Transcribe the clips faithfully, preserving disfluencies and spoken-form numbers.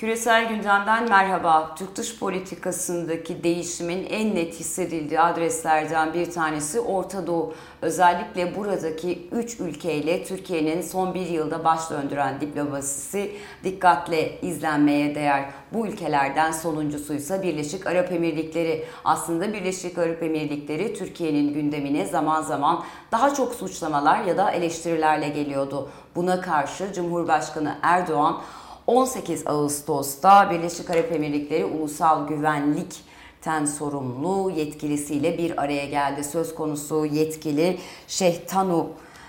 Küresel gündemden merhaba. Türk dış politikasındaki değişimin en net hissedildiği adreslerden bir tanesi Orta Doğu. Özellikle buradaki üç ülkeyle Türkiye'nin son bir yılda baş döndüren diplomasisi dikkatle izlenmeye değer. Bu ülkelerden sonuncusuysa Birleşik Arap Emirlikleri. Aslında Birleşik Arap Emirlikleri Türkiye'nin gündemine zaman zaman daha çok suçlamalar ya da eleştirilerle geliyordu. Buna karşı Cumhurbaşkanı Erdoğan on sekiz Ağustos'ta Birleşik Arap Emirlikleri Ulusal Güvenlikten sorumlu yetkilisiyle bir araya geldi. Söz konusu yetkili Şeyh Tanu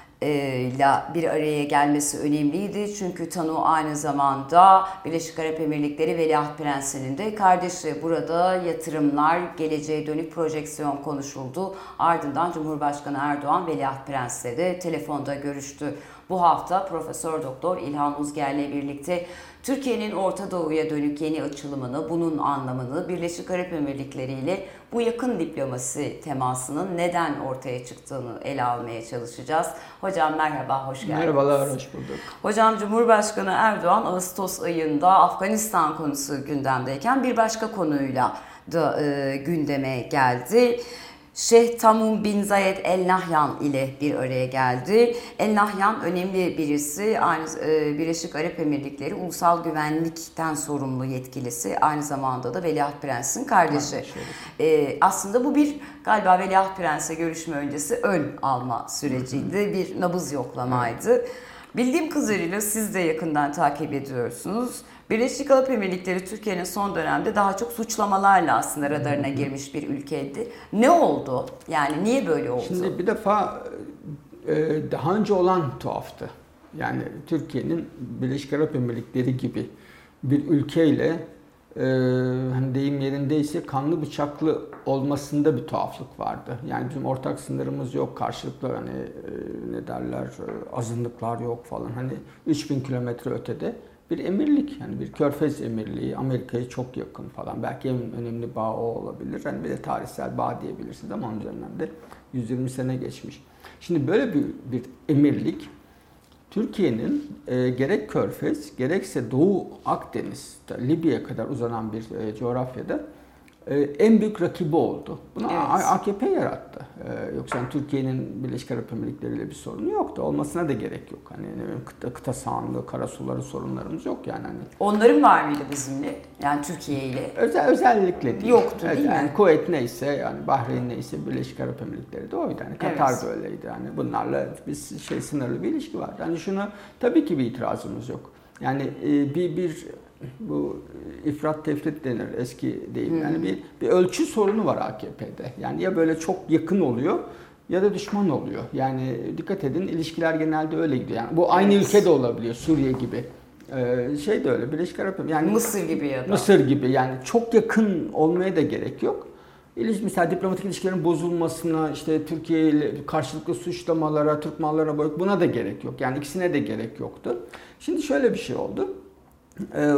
ile bir araya gelmesi önemliydi. Çünkü Tanu aynı zamanda Birleşik Arap Emirlikleri Veliaht Prensi'nin de kardeşi. Burada yatırımlar, geleceğe dönük projeksiyon konuşuldu. Ardından Cumhurbaşkanı Erdoğan Veliaht Prens'le de telefonda görüştü. Bu hafta Profesör Doktor İlhan Uzger'le birlikte Türkiye'nin Orta Doğu'ya dönük yeni açılımını, bunun anlamını, Birleşik Arap Emirlikleri ile bu yakın diplomasi temasının neden ortaya çıktığını ele almaya çalışacağız. Hocam merhaba, hoş geldiniz. Merhabalar, hoş bulduk. Hocam Cumhurbaşkanı Erdoğan Ağustos ayında Afganistan konusu gündemdeyken bir başka konuyla da e, gündeme geldi. Şeyh Tamim bin Zayed El Nahyan ile bir araya geldi. El Nahyan önemli birisi, aynı e, Birleşik Arap Emirlikleri Ulusal Güvenlikten sorumlu yetkilisi, aynı zamanda da Veliaht Prens'in kardeşi. E, aslında bu bir galiba Veliaht Prens'e görüşme öncesi ön alma süreciydi, bir nabız yoklamaydı. Bildiğim kadarıyla siz de yakından takip ediyorsunuz. Birleşik Arap Emirlikleri Türkiye'nin son dönemde daha çok suçlamalarla aslında radarına girmiş bir ülkeydi. Ne oldu? Yani niye böyle oldu? Şimdi bir defa daha önce olan tuhaftı. Yani Türkiye'nin Birleşik Arap Emirlikleri gibi bir ülkeyle hani deyim yerindeyse kanlı bıçaklı olmasında bir tuhaflık vardı. Yani bizim ortak sınırımız yok, karşılıklı hani ne derler azınlıklar yok falan. Hani üç bin kilometre ötede bir emirlik, yani bir Körfez emirliği, Amerika'ya çok yakın falan. Belki en önemli bağ o olabilir. Yani bir de tarihsel bağ diyebilirsiniz ama onun üzerinden de yüz yirmi sene geçmiş. Şimdi böyle bir, bir emirlik Türkiye'nin e, gerek Körfez gerekse Doğu Akdeniz, Libya'ya kadar uzanan bir e, coğrafyada e, en büyük rakibi oldu. Bunu evet. A K P yarattı. E, yoksa yani Türkiye'nin Birleşik Arap Emirlikleri ile bir sorunu yoktu. Olmasına da gerek yok. Hani kıta, kıta sahanlığı, karasuları sorunlarımız yok yani. Hani. Onların var mıydı bizimle? Yani Türkiye ile? Özel, özellikle değil. Yoktu evet, değil yani mi? Kuveyt neyse, yani Bahreyn neyse Birleşik Arap Emirlikleri de oydu. Yani Katar evet. da öyleydi. Yani bunlarla biz şey sınırlı bir ilişki var. Yani şunu tabii ki bir itirazımız yok. Yani e, bir bir bu ifrat tefrit denir eski deyim. Yani bir bir ölçü sorunu var A K P'de. Yani ya böyle çok yakın oluyor ya da düşman oluyor. Yani dikkat edin, ilişkiler genelde öyle gidiyor. Yani bu aynı evet. ülke de olabiliyor, Suriye gibi. Ee, şey de öyle, Birleşik Arap Emirlikleri. Yani Mısır gibi ya da. Mısır gibi, yani çok yakın olmaya da gerek yok. İlişki, mesela diplomatik ilişkilerin bozulmasına, işte Türkiye ile karşılıklı suçlamalara, Türk mallarına boyut, buna da gerek yok. Yani ikisine de gerek yoktu. Şimdi şöyle bir şey oldu. Ee,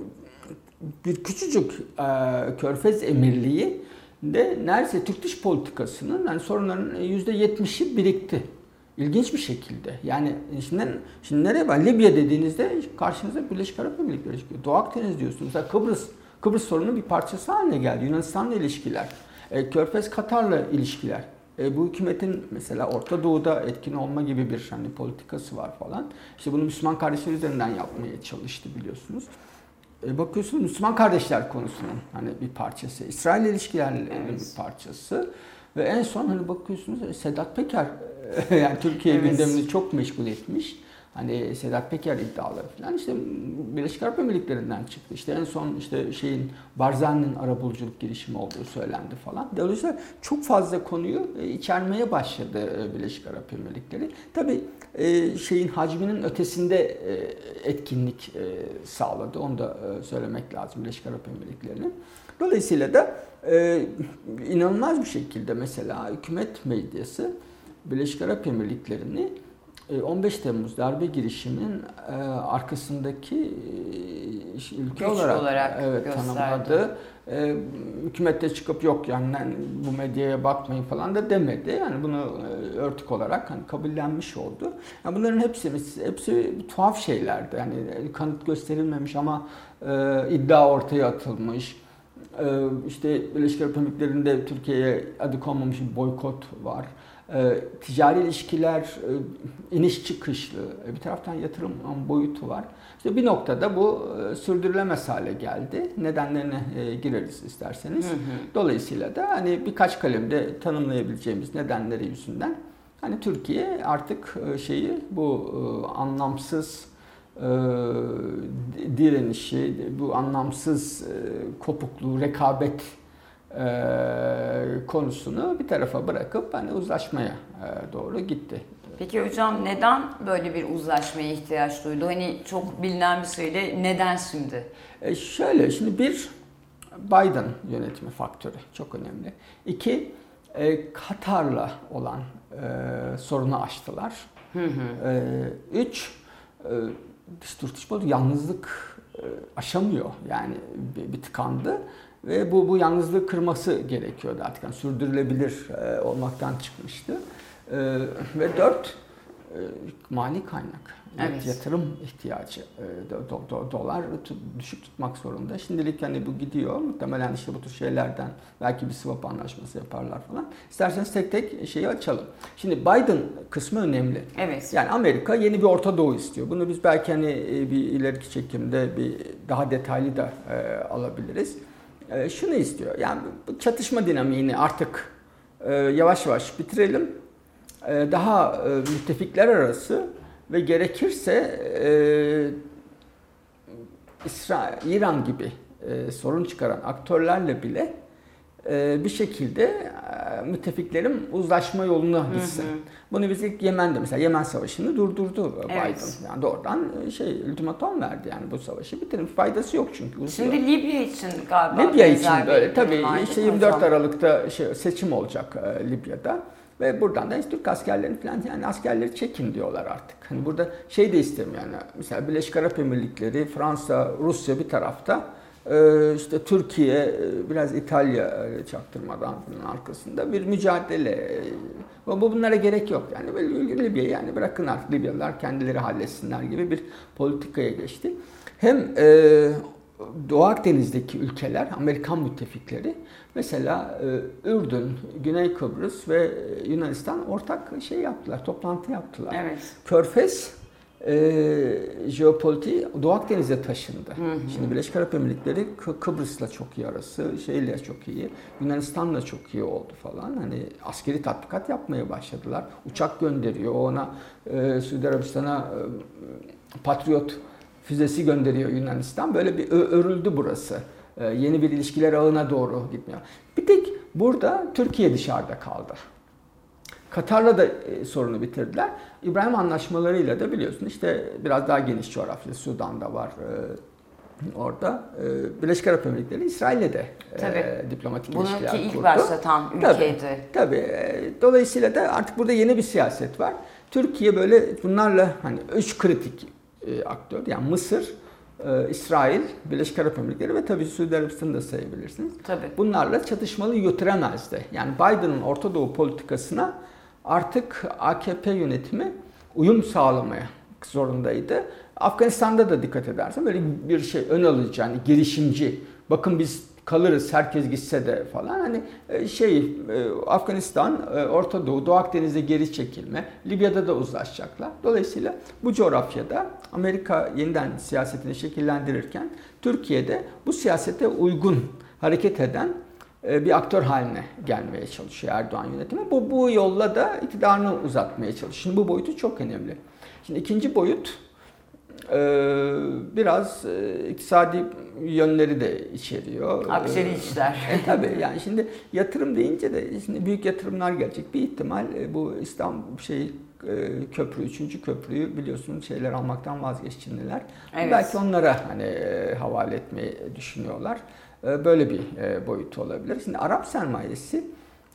bir küçücük e, Körfez Emirliği de neredeyse Türk dış politikasının yani sorunların yüzde yetmişi birikti. İlginç bir şekilde. Yani şimdi, şimdi nereye var? Libya dediğinizde karşınıza Birleşik Arap Emirlikleri çıkıyor. Doğu Akdeniz diyorsunuz. Mesela Kıbrıs, Kıbrıs sorunun bir parçası haline geldi. Yunanistan'la ilişkiler, e, Körfez Katar'la ilişkiler. E, bu hükümetin mesela Orta Doğu'da etkin olma gibi bir hani politikası var falan. İşte bunu Müslüman kardeşler üzerinden yapmaya çalıştı biliyorsunuz. E, bakıyorsunuz Müslüman kardeşler konusunun hani bir parçası, İsrail ilişkilerinin evet. bir parçası ve en son hani bakıyorsunuz Sedat Peker yani Türkiye evet. gündemini çok meşgul etmiş. Hani Sedat Peker iddiaları falan işte Birleşik Arap Emirlikleri'nden çıktı. İşte en son işte şeyin Barzani'nin arabuluculuk girişimi olduğu söylendi falan. Dolayısıyla çok fazla konuyu içermeye başladı Birleşik Arap Emirlikleri. Tabii şeyin hacminin ötesinde etkinlik sağladı. Onu da söylemek lazım Birleşik Arap Emirlikleri'nin. Dolayısıyla da inanılmaz bir şekilde mesela hükümet medyası Birleşik Arap Emirlikleri'ni on beş Temmuz darbe girişiminin arkasındaki ülke Güç olarak, olarak evet, tanımladı. Hükümette çıkıp yok yani bu medyaya bakmayın falan da demedi. Yani bunu örtük olarak hani kabullenmiş oldu. Yani bunların hepsi hepsi tuhaf şeylerdi. Yani kanıt gösterilmemiş ama iddia ortaya atılmış. İşte Birleşik Arap Emirlikleri'nde Türkiye'ye adı konmamış bir boykot var. E, ticari ilişkiler e, iniş çıkışlı, e, bir taraftan yatırım boyutu var. İşte bir noktada bu e, sürdürülemez hale geldi. Nedenlerine e, gireriz isterseniz. Hı hı. Dolayısıyla da hani birkaç kalemde tanımlayabileceğimiz nedenleri yüzünden hani Türkiye artık e, şeyi bu e, anlamsız e, direnişi, bu anlamsız e, kopukluğu, rekabet Ee, konusunu bir tarafa bırakıp hani uzlaşmaya e, doğru gitti. Peki hocam neden böyle bir uzlaşmaya ihtiyaç duydu? Hani çok bilinen bir şeyle neden şimdi? E şöyle şimdi bir Biden yönetimi faktörü çok önemli. İki e, Katar'la olan e, sorunu aştılar. Hı hı. E, üç e, dış Türk yalnızlık e, aşamıyor yani bir, bir tıkandı. Ve bu bu yalnızlığı kırması gerekiyordu artık. Yani sürdürülebilir e, olmaktan çıkmıştı. E, ve dört e, mali kaynak, evet. Yatırım ihtiyacı. E, do, do, do, dolar düşük tutmak zorunda. Şimdilik hani bu gidiyor. Muhtemelen işte bu tür şeylerden belki bir swap anlaşması yaparlar falan. İsterseniz tek tek şeyi açalım. Şimdi Biden kısmı önemli. Evet. Yani Amerika yeni bir Orta Doğu istiyor. Bunu biz belki hani bir ileriki çekimde bir daha detaylı da e, alabiliriz. E, şunu istiyor, yani bu çatışma dinamiğini artık e, yavaş yavaş bitirelim. E, daha e, müttefikler arası ve gerekirse e, İsrail, İran gibi e, sorun çıkaran aktörlerle bile e, bir şekilde e, müttefiklerin uzlaşma yoluna gitsin. Hı hı. Bunu biz ilk Yemen'de mesela Yemen Savaşı'nı durdurdu Biden. Evet. Yani doğrudan şey ultimatom verdi yani bu savaşı bitirin. Faydası yok çünkü. Uzuyor. Şimdi Libya için galiba. Libya için böyle tabii işte yirmi dört Aralık'ta şey, seçim olacak e, Libya'da. Ve buradan da Türk askerlerini falan yani askerleri çekin diyorlar artık. Hani burada şey de istemiyor yani mesela Birleşik Arap Emirlikleri, Fransa, Rusya bir tarafta. Ee, işte Türkiye, biraz İtalya çaktırmadan bunun arkasında bir mücadele. Bu bunlara gerek yok yani böyle Libya yani bırakın artık Libyalılar kendileri halletsinler gibi bir politikaya geçti. Hem e, Doğu Akdeniz'deki ülkeler, Amerikan müttefikleri mesela e, Ürdün, Güney Kıbrıs ve Yunanistan ortak şey yaptılar, toplantı yaptılar. Evet. Körfez E, jeopolitiği Doğu Akdeniz'e taşındı. Hı hı. Şimdi Birleşik Arap Emirlikleri Kıbrıs'la çok iyi arası, şeyle çok iyi, Yunanistan'la çok iyi oldu falan. Hani askeri tatbikat yapmaya başladılar. Uçak gönderiyor, ona e, Suudi Arabistan'a e, Patriot füzesi gönderiyor Yunanistan. Böyle bir örüldü burası. E, yeni bir ilişkiler ağına doğru gitmiyor. Bir tek burada Türkiye dışarıda kaldı. Katar'la da e, sorunu bitirdiler. İbrahim anlaşmalarıyla da biliyorsun işte biraz daha geniş coğrafya. Sudan'da var e, orada. E, Birleşik Arap Emirlikleri İsrail'le de e, diplomatik Bununki ilişkiler kurdu. Bununki ilk başlatan ülkeydi. Tabii. tabii. E, dolayısıyla da artık burada yeni bir siyaset var. Türkiye böyle bunlarla hani üç kritik e, aktör yani Mısır, e, İsrail, Birleşik Arap Emirlikleri ve tabii Suudi Arabistan'ı da sayabilirsiniz. Tabii. Bunlarla çatışmalı götüremezdi. Yani Biden'ın Orta Doğu politikasına artık A K P yönetimi uyum sağlamaya zorundaydı. Afganistan'da da dikkat edersen böyle bir şey ön alıcı, yani girişimci. Bakın biz kalırız herkes gitse de falan. Hani şey Afganistan, Orta Doğu, Doğu Akdeniz'de geri çekilme, Libya'da da uzlaşacaklar. Dolayısıyla bu coğrafyada Amerika yeniden siyasetini şekillendirirken Türkiye'de bu siyasete uygun hareket eden bir aktör haline gelmeye çalışıyor Erdoğan yönetimi. Bu, bu yolla da iktidarını uzatmaya çalışıyor. Şimdi bu boyutu çok önemli. Şimdi ikinci boyut biraz iktisadi yönleri de içeriyor. Akseli işler. E, tabii yani şimdi yatırım deyince de şimdi büyük yatırımlar gelecek. Bir ihtimal bu İstanbul şey köprü, üçüncü köprüyü biliyorsunuz şeyler almaktan vazgeçtiler. Evet. Belki onlara hani havale etmeyi düşünüyorlar. Böyle bir boyutu olabilir. Şimdi Arap sermayesi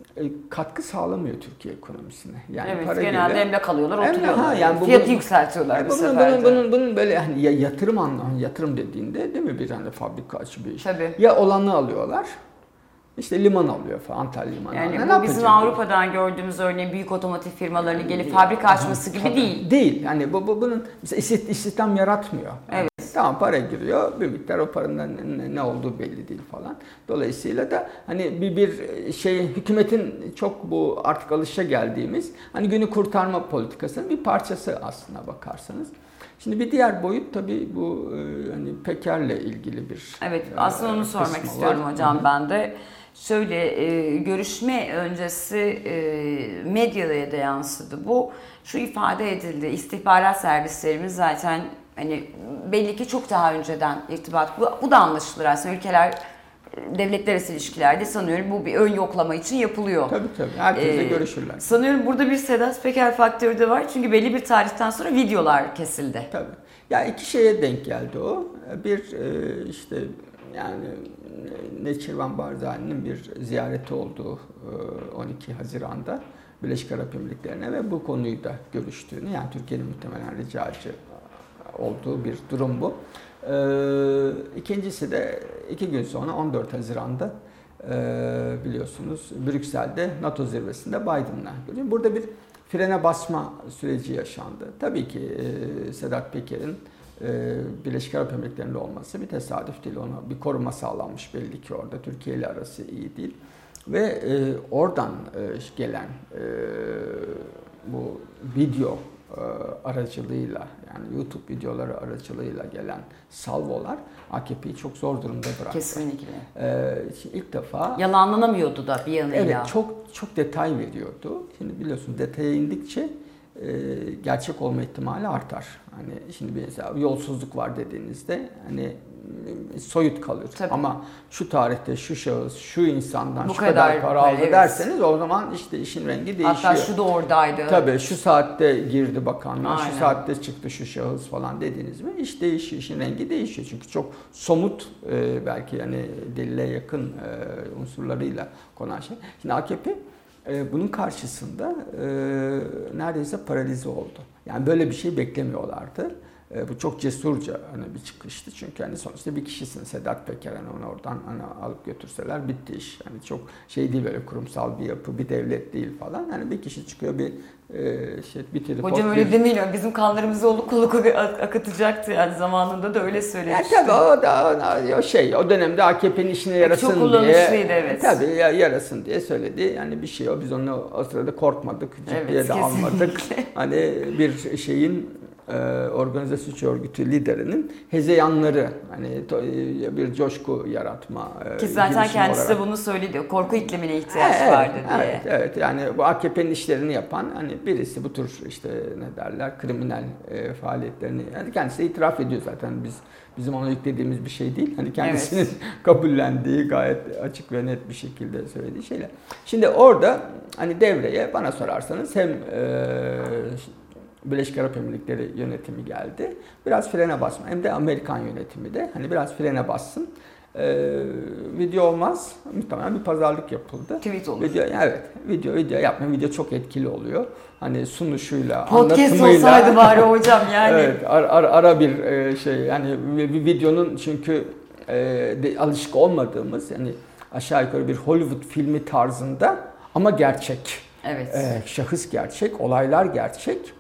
katkı sağlamıyor Türkiye ekonomisine. Yani evet, para genelde geliyor. emlak alıyorlar, Emlak, oturuyorlar. ha, yani bu, fiyatı bunun, yükseltiyorlar yani bu bunun, sefer bunun, de. bunun, bunun böyle hani ya yatırım anlamı, yatırım dediğinde değil mi bir tane fabrika açı bir iş. Tabii. Ya olanı alıyorlar, işte liman alıyor falan, Antalya limanı. Yani ne bu yapacak bizim bu? Avrupa'dan gördüğümüz örneğin büyük otomotiv firmalarının gelip fabrika açması gibi Tabii, değil. Değil. Yani bu, bu bunun istihdam yaratmıyor. Evet. Tamam, para giriyor, bir miktar o paranın ne, ne olduğu belli değil falan. Dolayısıyla da hani bir, bir şey, hükümetin çok bu artık alışa geldiğimiz hani günü kurtarma politikasının bir parçası aslına bakarsanız. Şimdi bir diğer boyut tabii bu hani Peker'le ilgili bir Evet, aslında onu sormak istiyorum var. hocam Hı-hı. ben de. Şöyle e, görüşme öncesi e, medyaya da yansıdı. Bu şu ifade edildi. İstihbarat servislerimiz zaten hani belli ki çok daha önceden irtibat. Bu, bu da anlaşılır aslında. Ülkeler devletler arası ilişkilerde sanıyorum bu bir ön yoklama için yapılıyor. Tabii tabii. Herkesle ee, görüşürler. Sanıyorum burada bir Sedat Peker faktörü de var. Çünkü belli bir tarihten sonra videolar kesildi. Tabii. Ya iki şeye denk geldi o. Bir işte yani Neçirvan Barzani'nin bir ziyareti oldu on iki Haziran'da Birleşik Arap Emirlikleri'ne ve bu konuyu da görüştüğünü, yani Türkiye'nin muhtemelen ricacı olduğu bir durum bu. Ee, ikincisi de iki gün sonra on dört Haziran'da e, biliyorsunuz Brüksel'de NATO zirvesinde Biden'la görüyorum. Burada bir frene basma süreci yaşandı. Tabii ki e, Sedat Peker'in e, Birleşik Arap Emirlikleri'nde olması bir tesadüf değil. Ona bir koruma sağlanmış belli ki orada. Türkiye ile arası iyi değil. Ve e, oradan e, gelen e, bu video aracılığıyla, yani YouTube videoları aracılığıyla gelen salvolar A K P'yi çok zor durumda bıraktı. Kesinlikle. Ee, ilk defa yalanlanamıyordu da bir yanıyla. Evet, çok çok detay veriyordu. Şimdi biliyorsun detaya indikçe e, gerçek olma ihtimali artar. Hani şimdi mesela yolsuzluk var dediğinizde hani soyut kalır. Tabii. Ama şu tarihte şu şahıs, şu insandan Bu şu kadar, kadar para aldı evet. derseniz o zaman işte işin rengi değişiyor. Hatta şu da oradaydı. Tabii şu saatte girdi bakanlar, Aynen. şu saatte çıktı şu şahıs falan dediniz mi iş değişiyor, işin rengi değişiyor. Çünkü çok somut e, belki yani delile yakın e, unsurlarıyla konan şey. Şimdi A K P e, bunun karşısında e, neredeyse paralize oldu. Yani böyle bir şey beklemiyorlardı. E, bu çok cesurca hani bir çıkıştı çünkü hani sonuçta bir kişisin Sedat Peker, hani onu oradan hani alıp götürseler bitti iş. Yani çok şey değil, böyle kurumsal bir yapı, bir devlet değil falan. Hani bir kişi çıkıyor bir e, şey bir tripod. Hocam öyle bir... demeyin, bizim kanlarımızı oluk oluk akıtacaktı yani zamanında da öyle söylemişti. Yani tabii o da o şey o dönemde A K P'nin işine yarasın çok diye. kullanışlıydı, evet. Tabii yarasın diye söyledi. Yani bir şey o, biz onu o sırada korkmadık, ciddiye Evet, de almadık. kesinlikle. Hani bir şeyin organize suç örgütü liderinin hezeyanları, hani bir coşku yaratma. Ki zaten kendisi olarak. de bunu söyledi. Korku iklimine ihtiyaç evet, vardı diye. Evet, evet. Yani bu A K P'nin işlerini yapan hani birisi bu tür işte ne derler kriminal e, faaliyetlerini, yani kendisi itiraf ediyor zaten, biz bizim ona yüklediğimiz bir şey değil. Hani kendisinin evet. kabullendiği, gayet açık ve net bir şekilde söylediği şeyler. Şimdi orada hani devreye bana sorarsanız hem e, Birleşik Arap Emirlikleri yönetimi geldi. Biraz frene basma. Hem de Amerikan yönetimi de hani biraz frene bassın. Ee, video olmaz. Muhtemelen bir pazarlık yapıldı. Tweet olur. Video, evet. Video video yapma. Video çok etkili oluyor. Hani sunuşuyla, podcast anlatımıyla. olsaydı bari hocam yani. Evet. Ara, ara, ara bir şey yani bir videonun çünkü e, de, alışık olmadığımız yani aşağı yukarı bir Hollywood filmi tarzında ama gerçek. Evet. Ee, şahıs gerçek, olaylar gerçek.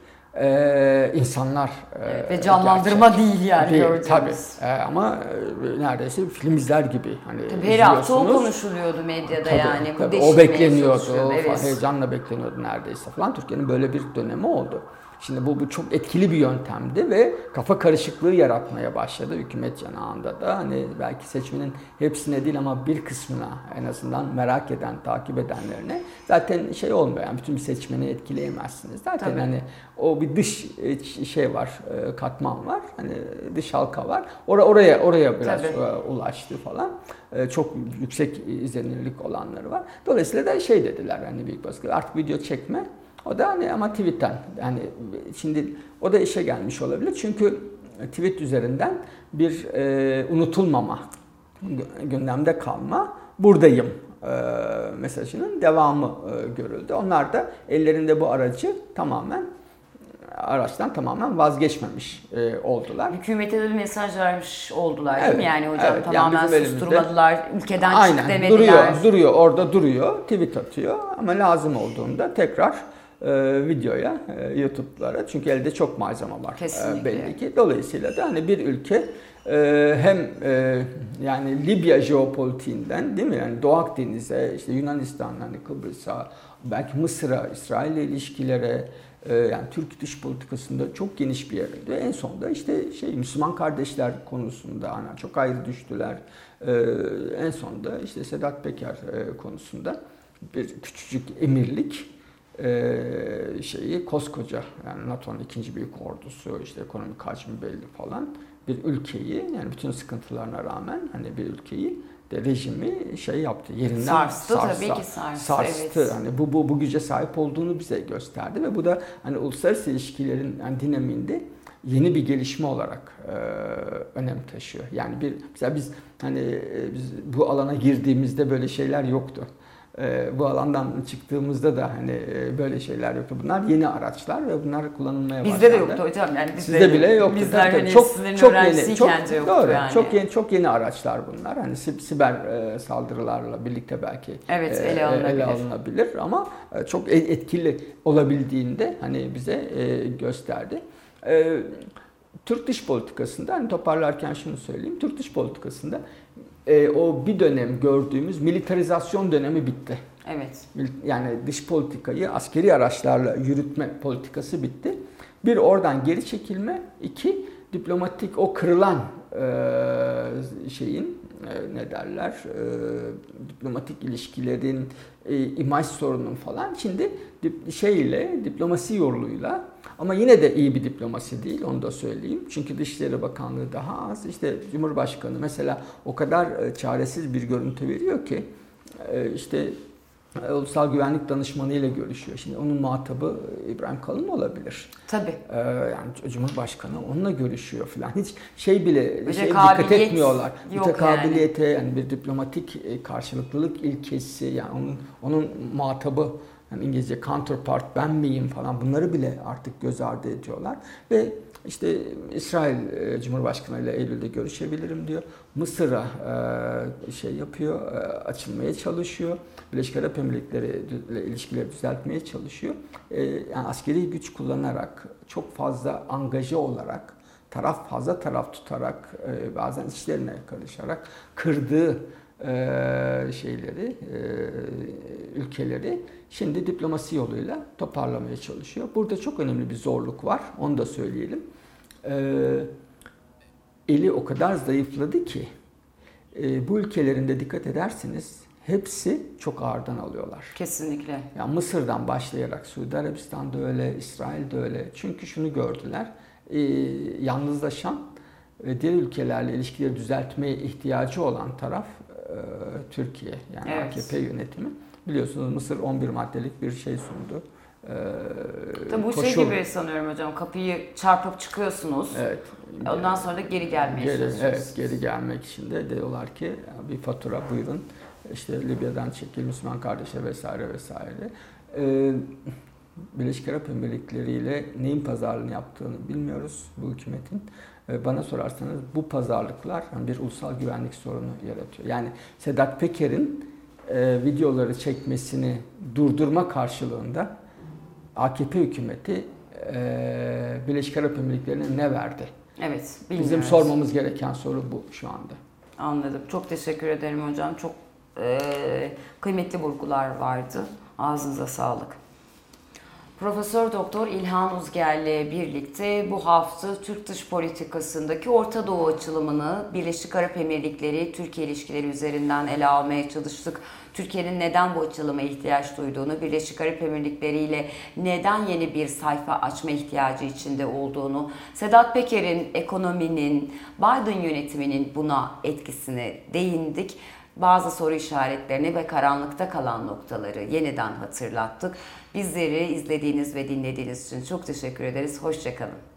Ee, insanlar evet, ve canlandırma gerçek. değil yani değil, gördüğümüz. Tabii ee, ama e, neredeyse film izler gibi. Hani tabii her hafta o konuşuluyordu medyada tabii, yani. Tabii, bu o bekleniyordu, evet. heyecanla bekleniyordu neredeyse falan. Türkiye'nin böyle bir dönemi oldu. Şimdi bu, bu çok etkili bir yöntemdi ve kafa karışıklığı yaratmaya başladı hükümet cenahında da. Hani belki seçmenin hepsine değil ama bir kısmına, en azından merak eden, takip edenlerine. Zaten şey olmuyor yani, bütün bir seçmeni etkileyemezsiniz. Zaten tabii. Hani o bir dış şey var, katman var. Hani dış halka var. Oraya oraya oraya biraz tabii. ulaştı falan. Çok yüksek izlenirlik olanları var. Dolayısıyla da şey dediler hani büyük baskı, artık video çekme. O da hani ama tweetten, yani şimdi o da işe gelmiş olabilir çünkü tweet üzerinden bir e, unutulmama, gündemde kalma, buradayım mesajının devamı görüldü. Onlar da ellerinde bu aracı tamamen araçtan tamamen vazgeçmemiş e, oldular. Hükümete de bir mesaj vermiş oldular evet, değil mi yani hocam? Evet, tamamen yani susturmadılar, elimizde, ülkeden aynen, çık demediler. Duruyor, duruyor, orada duruyor, tweet atıyor ama lazım olduğunda tekrar e, videoya, e, YouTube'lara, çünkü elde çok malzeme var e, belli ki. Dolayısıyla da hani bir ülke e, hem e, yani Libya jeopolitiğinden değil mi? Yani Doğu Akdeniz'e, işte Yunanistan'dan hani Kıbrıs'a, belki Mısır'a, İsrail'le ilişkilere, yani Türk dış politikasında çok geniş bir yerinde. En sonunda işte şey Müslüman kardeşler konusunda hani çok ayrı düştüler. En sonunda işte Sedat Peker konusunda bir küçücük emirlik şeyi koskoca, yani NATO'nun ikinci büyük ordusu, işte ekonomik hacmi belli falan bir ülkeyi, yani bütün sıkıntılarına rağmen hani bir ülkeyi de rejimi şey yaptı, yerinden sarstı, sarsa, tabii ki sarstı. sarstı. Evet. Hani bu, bu bu güce sahip olduğunu bize gösterdi ve bu da hani uluslararası ilişkilerin yani dinamiğinde yeni bir gelişme olarak e, önem taşıyor. Yani bir mesela biz hani e, biz bu alana girdiğimizde böyle şeyler yoktu. E, bu alandan çıktığımızda da hani e, böyle şeyler yoktu. Bunlar yeni araçlar ve bunlar kullanılmaya başlandı. Bizde de yoktu hocam, yani bizde, sizde bile yoktu. Bizler tabii, hani çok sizlerin çok öğrencisiyken yeni, çok, de yoktu doğru, yani. Çok yeni çok yeni araçlar bunlar. Hani siber e, saldırılarla birlikte belki evet, e, ele alınabilir. ele alınabilir ama e, çok etkili olabildiğinde hani bize e, gösterdi. E, Türk dış politikasında, hani toparlarken şunu söyleyeyim. Türk dış politikasında e, o bir dönem gördüğümüz militarizasyon dönemi bitti. Evet. Yani dış politikayı askeri araçlarla yürütme politikası bitti. Bir, oradan geri çekilme. İki, diplomatik o kırılan e, şeyin e, ne derler e, diplomatik ilişkilerin e, imaj sorunun falan şimdi dip, şeyle diplomasi yoluyla, ama yine de iyi bir diplomasi değil, onu da söyleyeyim. Çünkü Dışişleri Bakanlığı daha az. İşte Cumhurbaşkanı mesela o kadar çaresiz bir görüntü veriyor ki işte Ulusal Güvenlik Danışmanı ile görüşüyor. Şimdi onun muhatabı İbrahim Kalın olabilir. Tabii. Ee, yani Cumhurbaşkanı onunla görüşüyor falan. Hiç şey bile şey, kabiliyet dikkat etmiyorlar. yok Bir kabiliyete, yani. yani bir diplomatik karşılıklılık ilkesi, yani onun onun muhatabı, yani İngilizce counterpart ben miyim falan, bunları bile artık göz ardı ediyorlar ve işte İsrail Cumhurbaşkanı ile Eylül'de görüşebilirim diyor. Mısır'a şey yapıyor, açılmaya çalışıyor. Birleşik Arap Emirlikleri ile ilişkileri düzeltmeye çalışıyor. Yani askeri güç kullanarak, çok fazla angaje olarak, taraf fazla taraf tutarak, bazen içlerine karışarak kırdığı şeyleri, ülkeleri şimdi diplomasi yoluyla toparlamaya çalışıyor. Burada çok önemli bir zorluk var, onu da söyleyelim. Eli o kadar zayıfladı ki bu ülkelerin de dikkat edersiniz hepsi çok ağırdan alıyorlar. Kesinlikle. Yani Mısır'dan başlayarak Suudi Arabistan'da öyle, İsrail'de öyle. Çünkü şunu gördüler, yalnızlaşan ve diğer ülkelerle ilişkileri düzeltmeye ihtiyacı olan taraf Türkiye, yani evet. A K P yönetimi. Biliyorsunuz Mısır on bir maddelik bir şey sundu. Ee, Tabii bu koşul. şey gibi sanıyorum hocam, kapıyı çarpıp çıkıyorsunuz. Evet. Ondan sonra da geri gelmeye geri, çalışıyorsunuz. Evet, geri gelmek için de diyorlar ki bir fatura buyurun. İşte Libya'dan çekil, Müslüman kardeşe vesaire vesaire. Ee, Birleşik Arap Emirlikleri ile neyin pazarlığını yaptığını bilmiyoruz bu hükümetin. Bana sorarsanız bu pazarlıklar bir ulusal güvenlik sorunu yaratıyor. Yani Sedat Peker'in e, videoları çekmesini durdurma karşılığında A K P hükümeti e, Birleşik Arap Emirlikleri'ne ne verdi? Evet, bilmiyoruz. Bizim sormamız gereken soru bu şu anda. Anladım. Çok teşekkür ederim hocam. Çok e, kıymetli vurgular vardı. Ağzınıza sağlık. Profesör Doktor İlhan Uzger'le birlikte bu hafta Türk dış politikasındaki Orta Doğu açılımını, Birleşik Arap Emirlikleri, Türkiye ilişkileri üzerinden ele almaya çalıştık. Türkiye'nin neden bu açılıma ihtiyaç duyduğunu, Birleşik Arap Emirlikleri ile neden yeni bir sayfa açma ihtiyacı içinde olduğunu, Sedat Peker'in, ekonominin, Biden yönetiminin buna etkisine değindik. Bazı soru işaretlerini ve karanlıkta kalan noktaları yeniden hatırlattık. Bizleri izlediğiniz ve dinlediğiniz için çok teşekkür ederiz. Hoşça kalın.